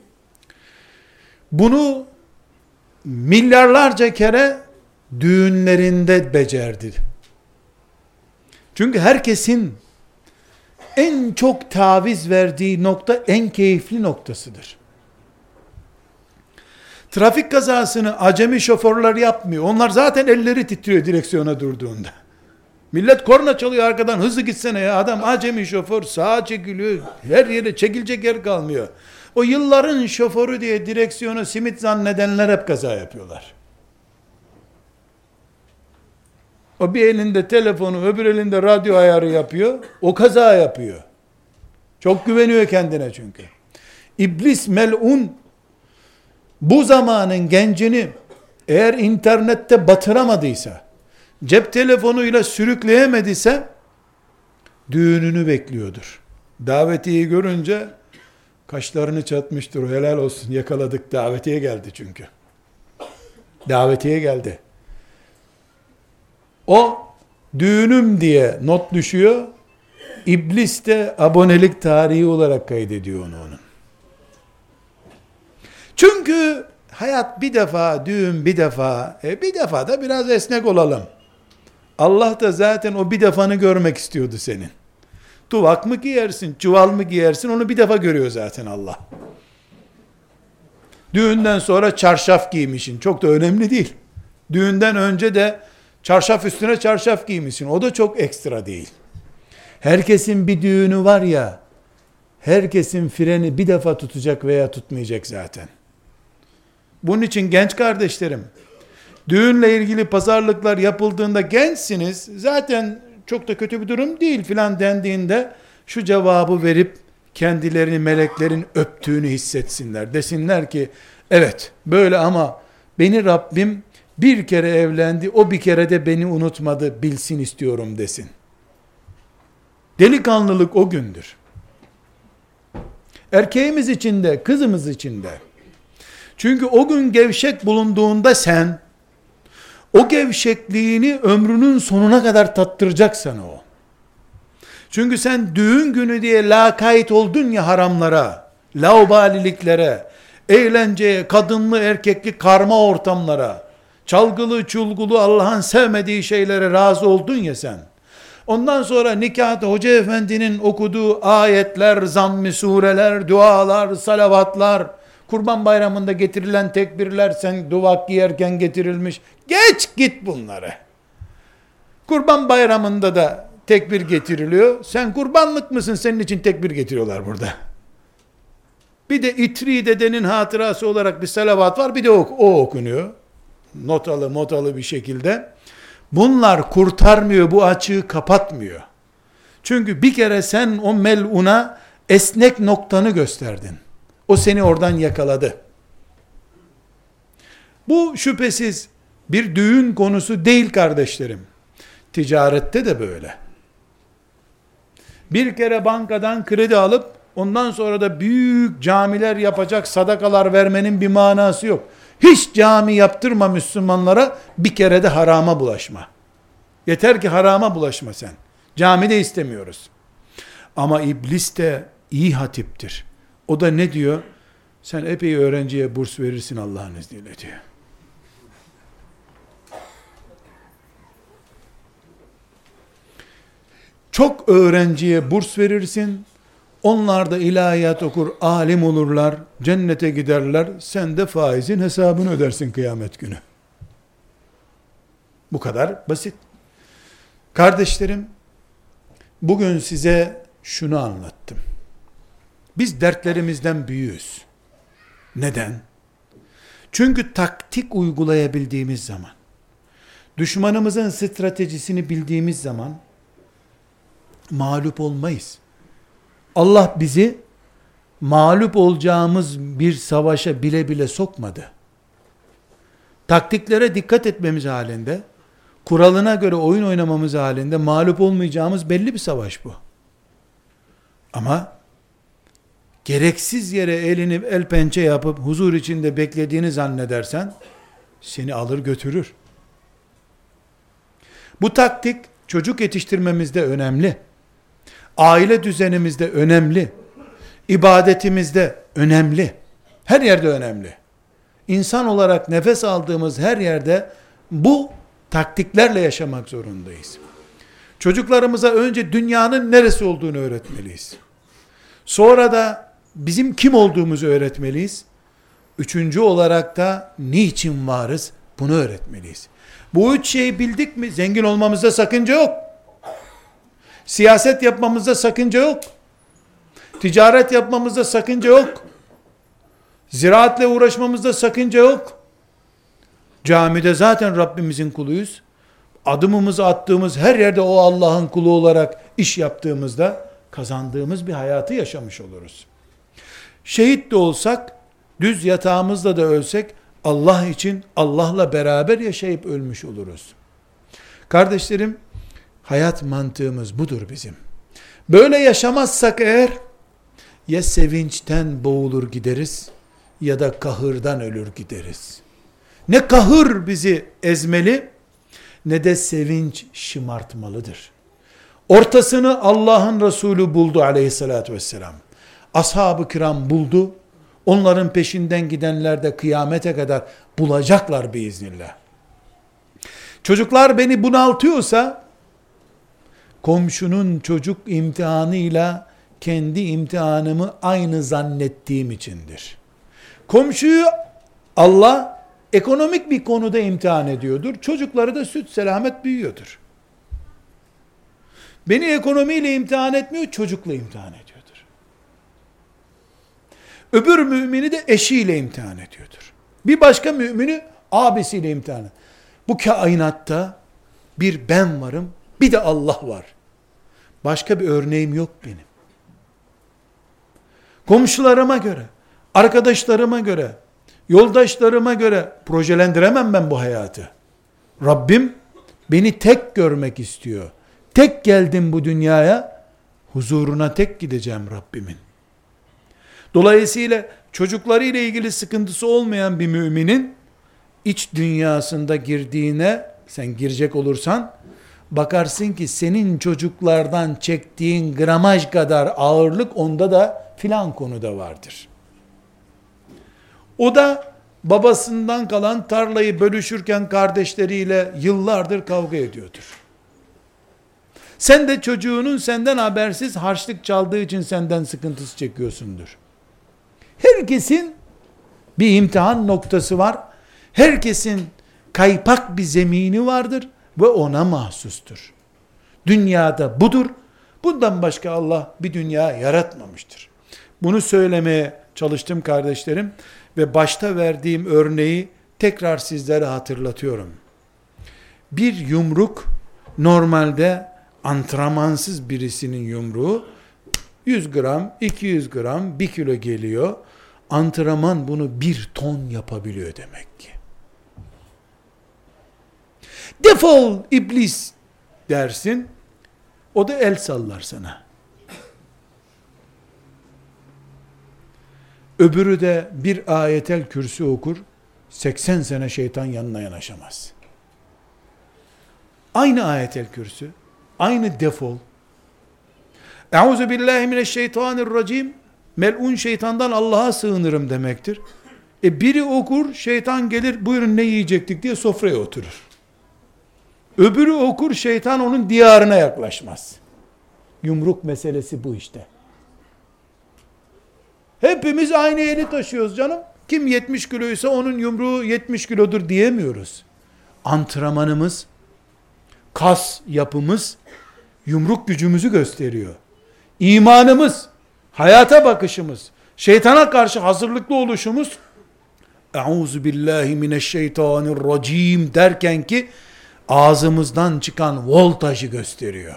Bunu milyarlarca kere düğünlerinde becerdi. Çünkü herkesin en çok taviz verdiği nokta en keyifli noktasıdır. Trafik kazasını acemi şoförler yapmıyor. Onlar zaten elleri titriyor direksiyona durduğunda. Millet korna çalıyor arkadan, hızlı gitsene ya. Adam acemi şoför, sağa çekiliyor. Her yere çekilecek yer kalmıyor. O yılların şoförü diye direksiyonu simit zannedenler hep kaza yapıyorlar. O bir elinde telefonu, öbür elinde radyo ayarı yapıyor. O kaza yapıyor. Çok güveniyor kendine çünkü. İblis melun bu zamanın gencini eğer internette batıramadıysa, cep telefonuyla sürükleyemediyse düğününü bekliyordur. Davetiyeyi görünce kaşlarını çatmıştır. Helal olsun, yakaladık, davetiye geldi çünkü. Davetiye geldi. O düğünüm diye not düşüyor. İblis de abonelik tarihi olarak kaydediyor onun. Çünkü hayat bir defa, düğün bir defa, bir defa da biraz esnek olalım. Allah da zaten o bir defanı görmek istiyordu senin. Tuvak mı giyersin, çuval mı giyersin, onu bir defa görüyor zaten Allah. Düğünden sonra çarşaf giymişsin, çok da önemli değil. Düğünden önce de çarşaf üstüne çarşaf giymişsin, o da çok ekstra değil. Herkesin bir düğünü var ya, herkesin freni bir defa tutacak veya tutmayacak zaten. Bunun için genç kardeşlerim, düğünle ilgili pazarlıklar yapıldığında gençsiniz, zaten çok da kötü bir durum değil filan dendiğinde şu cevabı verip kendilerini meleklerin öptüğünü hissetsinler. Desinler ki evet böyle ama beni Rabbim bir kere evlendi, o bir kere de beni unutmadı bilsin istiyorum desin. Delikanlılık o gündür. Erkeğimiz için de kızımız için de. Çünkü o gün gevşek bulunduğunda sen o gevşekliğini ömrünün sonuna kadar tattıracak sana o. Çünkü sen düğün günü diye lakayt oldun ya haramlara, laubaliliklere, eğlenceye, kadınlı erkekli karma ortamlara, çalgılı çulgulu Allah'ın sevmediği şeylere razı oldun ya sen. Ondan sonra nikahta hoca efendinin okuduğu ayetler, zamm-ı sureler, dualar, salavatlar, Kurban Bayramı'nda getirilen tekbirler, sen duvak giyerken getirilmiş. Geç git bunları. Kurban Bayramı'nda da tekbir getiriliyor. Sen kurbanlık mısın? Senin için tekbir getiriyorlar burada. Bir de İtri dedenin hatırası olarak bir salavat var. Bir de o okunuyor. Notalı bir şekilde. Bunlar kurtarmıyor, bu açığı kapatmıyor. Çünkü bir kere sen o meluna Esnek noktanı gösterdin. O seni oradan yakaladı. Bu şüphesiz bir düğün konusu değil kardeşlerim. Ticarette de böyle. Bir kere bankadan kredi alıp ondan sonra da büyük camiler yapacak sadakalar vermenin bir manası yok. Hiç cami yaptırma Müslümanlara, bir kere de harama bulaşma. Yeter ki harama bulaşma sen. Cami de istemiyoruz. Ama iblis de iyi hatiptir. O da ne diyor? Sen epey öğrenciye burs verirsin Allah'ın izniyle diyor. Çok öğrenciye burs verirsin, onlar da ilahiyat okur, alim olurlar, cennete giderler, sen de faizin hesabını ödersin kıyamet günü. Bu kadar basit. Kardeşlerim, bugün size şunu anlattım. Biz dertlerimizden büyüğüz. Neden? Çünkü taktik uygulayabildiğimiz zaman, düşmanımızın stratejisini bildiğimiz zaman, mağlup olmayız. Allah bizi mağlup olacağımız bir savaşa bile bile sokmadı. Taktiklere dikkat etmemiz halinde, kuralına göre oyun oynamamız halinde mağlup olmayacağımız belli bir savaş bu. Ama gereksiz yere elini el pençe yapıp huzur içinde beklediğini zannedersen seni alır götürür. Bu taktik çocuk yetiştirmemizde önemli. Aile düzenimizde önemli. İbadetimizde önemli. Her yerde önemli. İnsan olarak nefes aldığımız her yerde bu taktiklerle yaşamak zorundayız. Çocuklarımıza önce dünyanın neresi olduğunu öğretmeliyiz. Sonra da bizim kim olduğumuzu öğretmeliyiz. Üçüncü olarak da niçin varız bunu öğretmeliyiz. Bu üç şeyi bildik mi zengin olmamızda sakınca yok. Siyaset yapmamızda sakınca yok. Ticaret yapmamızda sakınca yok. Ziraatle uğraşmamızda sakınca yok. Camide zaten Rabbimizin kuluyuz. Adımımızı attığımız her yerde o Allah'ın kulu olarak iş yaptığımızda kazandığımız bir hayatı yaşamış oluruz. Şehit de olsak, düz yatağımızda da ölsek, Allah için Allah'la beraber yaşayıp ölmüş oluruz. Kardeşlerim, hayat mantığımız budur bizim. Böyle yaşamazsak eğer, ya sevinçten boğulur gideriz, ya da kahırdan ölür gideriz. Ne kahır bizi ezmeli, ne de sevinç şımartmalıdır. Ortasını Allah'ın Resulü buldu aleyhissalatü vesselam. Ashab-ı kiram buldu. Onların peşinden gidenler de kıyamete kadar bulacaklar biiznillah. Çocuklar beni bunaltıyorsa, komşunun çocuk imtihanıyla kendi imtihanımı aynı zannettiğim içindir. Komşuyu Allah ekonomik bir konuda imtihan ediyordur. Çocukları da süt selamet büyüyordur. Beni ekonomiyle imtihan etmiyor, çocukla imtihan ediyordur. Öbür mümini de eşiyle imtihan ediyordur. Bir başka mümini abisiyle imtihan ediyor. Bu kainatta bir ben varım, bir de Allah var. Başka bir örneğim yok benim. Komşularıma göre, arkadaşlarıma göre, yoldaşlarıma göre projelendiremem ben bu hayatı. Rabbim beni tek görmek istiyor. Tek geldim bu dünyaya, huzuruna tek gideceğim Rabbimin. Dolayısıyla çocuklarıyla ilgili sıkıntısı olmayan bir müminin iç dünyasında girdiğine sen girecek olursan bakarsın ki senin çocuklardan çektiğin gramaj kadar ağırlık onda da filan konuda vardır. O da babasından kalan tarlayı bölüşürken kardeşleriyle yıllardır kavga ediyordur. Sen de çocuğunun senden habersiz harçlık çaldığı için senden sıkıntısı çekiyorsundur. Herkesin bir imtihan noktası var. Herkesin kaypak bir zemini vardır ve ona mahsustur. Dünyada budur. Bundan başka Allah bir dünya yaratmamıştır. Bunu söylemeye çalıştım kardeşlerim ve başta verdiğim örneği tekrar sizlere hatırlatıyorum. Bir yumruk normalde antrenmansız birisinin yumruğu 100 gram, 200 gram, 1 kilo geliyor. Antrenman bunu 1 ton yapabiliyor demek ki. Defol iblis dersin, o da el sallar sana. Öbürü de bir ayetel kürsü okur, 80 sene şeytan yanına yanaşamaz. Aynı ayetel kürsü, aynı defol. Euzu billahi mineşşeytanirracim, mel'un şeytandan Allah'a sığınırım demektir. Biri okur, şeytan gelir, buyurun ne yiyecektik diye sofraya oturur. Öbürü okur, şeytan onun diyarına yaklaşmaz. Yumruk meselesi bu işte. Hepimiz aynı eli taşıyoruz canım. Kim 70 kiloysa onun yumruğu 70 kilodur diyemiyoruz. Antrenmanımız, kas yapımız, yumruk gücümüzü gösteriyor. İmanımız, hayata bakışımız, şeytana karşı hazırlıklı oluşumuz, Euzu billahi mineşşeytanirracim derken ki, ağzımızdan çıkan voltajı gösteriyor.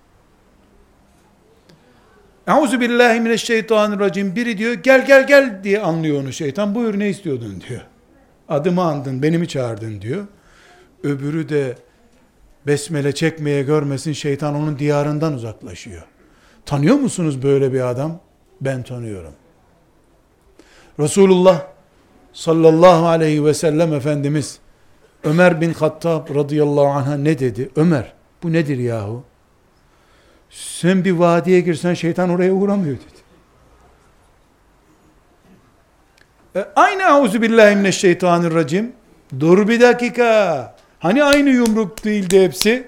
Euzu billahi mineşşeytanirracim, biri diyor gel gel gel diye anlıyor onu şeytan. Buyur ne istiyordun diyor. Adımı andın, beni mi çağırdın diyor. Öbürü de besmele çekmeye görmesin, şeytan onun diyarından uzaklaşıyor. Tanıyor musunuz böyle bir adam? Ben tanıyorum. Resulullah sallallahu aleyhi ve sellem Efendimiz Ömer bin Hattab radıyallahu anh'a ne dedi? Ömer, bu nedir yahu? Sen bir vadiye girsen şeytan oraya uğramıyor dedi. Aynı euzubillahimineşşeytanirracim. Dur bir dakika. Hani aynı yumruk değildi hepsi?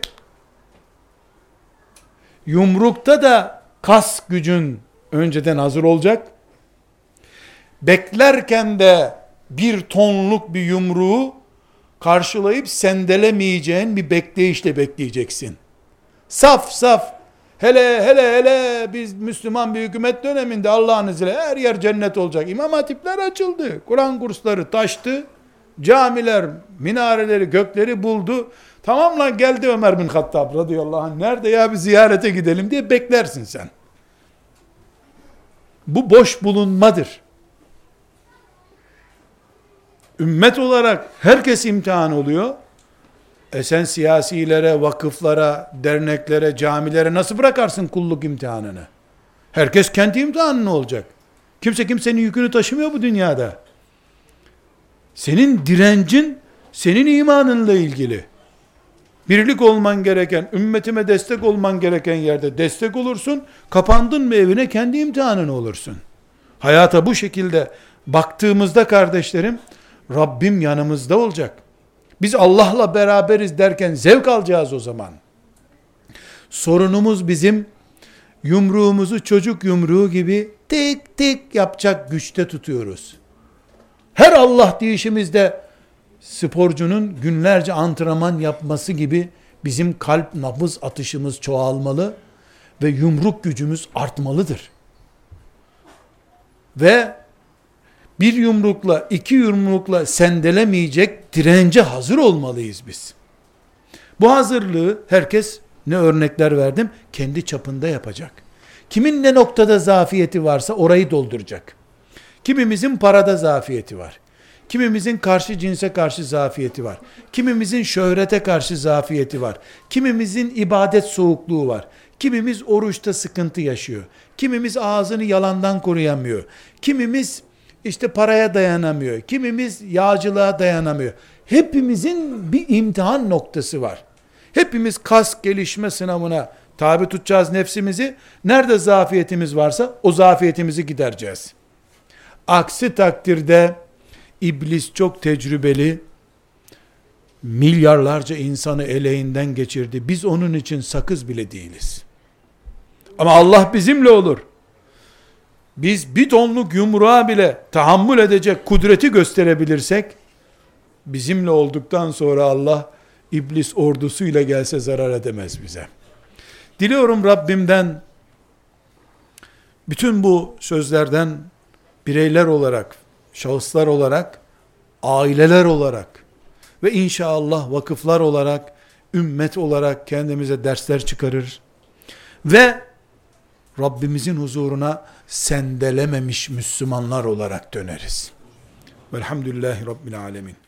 Yumrukta da kas gücün önceden hazır olacak. Beklerken de 1 tonluk bir yumruğu karşılayıp sendelemeyeceğin bir bekleyişle bekleyeceksin. Saf saf, hele biz Müslüman bir hükümet döneminde Allah'ın izniyle her yer cennet olacak. İmam hatipler açıldı. Kur'an kursları taştı. Camiler, minareleri, gökleri buldu. Tamam lan geldi Ömer bin Hattab radıyallahu anh. Nerede ya bir ziyarete gidelim diye beklersin sen. Bu boş bulunmadır. Ümmet olarak herkes imtihan oluyor. Sen siyasilere, vakıflara, derneklere, camilere nasıl bırakarsın kulluk imtihanını? Herkes kendi imtihanını olacak. Kimse kimsenin yükünü taşımıyor bu dünyada. Senin direncin, senin imanınla ilgili. Birlik olman gereken, ümmetime destek olman gereken yerde destek olursun. Kapandın mı evine kendi imtihanın olursun. Hayata bu şekilde baktığımızda kardeşlerim, Rabbim yanımızda olacak. Biz Allah'la beraberiz derken zevk alacağız o zaman. Sorunumuz bizim yumruğumuzu çocuk yumruğu gibi tek tek yapacak güçte tutuyoruz. Her Allah deyişimizde sporcunun günlerce antrenman yapması gibi bizim kalp nabız atışımız çoğalmalı ve yumruk gücümüz artmalıdır. Ve bir yumrukla, 2 yumrukla sendelemeyecek dirence hazır olmalıyız biz. Bu hazırlığı herkes, ne örnekler verdim, kendi çapında yapacak. Kimin ne noktada zafiyeti varsa orayı dolduracak. Kimimizin parada zafiyeti var. Kimimizin karşı cinse karşı zafiyeti var. Kimimizin şöhrete karşı zafiyeti var. Kimimizin ibadet soğukluğu var. Kimimiz oruçta sıkıntı yaşıyor. Kimimiz ağzını yalandan koruyamıyor. Kimimiz işte paraya dayanamıyor. Kimimiz yağcılığa dayanamıyor. Hepimizin bir imtihan noktası var. Hepimiz kas gelişme sınavına tabi tutacağız nefsimizi. Nerede zafiyetimiz varsa o zafiyetimizi gidereceğiz. Aksi takdirde iblis çok tecrübeli, milyarlarca insanı eleğinden geçirdi. Biz onun için sakız bile değiliz. Ama Allah bizimle olur. Biz 1 tonluk yumruğa bile tahammül edecek kudreti gösterebilirsek, bizimle olduktan sonra Allah iblis ordusuyla gelse zarar edemez bize. Diliyorum Rabbimden bütün bu sözlerden bireyler olarak, şahıslar olarak, aileler olarak ve inşallah vakıflar olarak, ümmet olarak kendimize dersler çıkarır ve Rabbimizin huzuruna sendelememiş Müslümanlar olarak döneriz. Velhamdülillahi Rabbil alemin.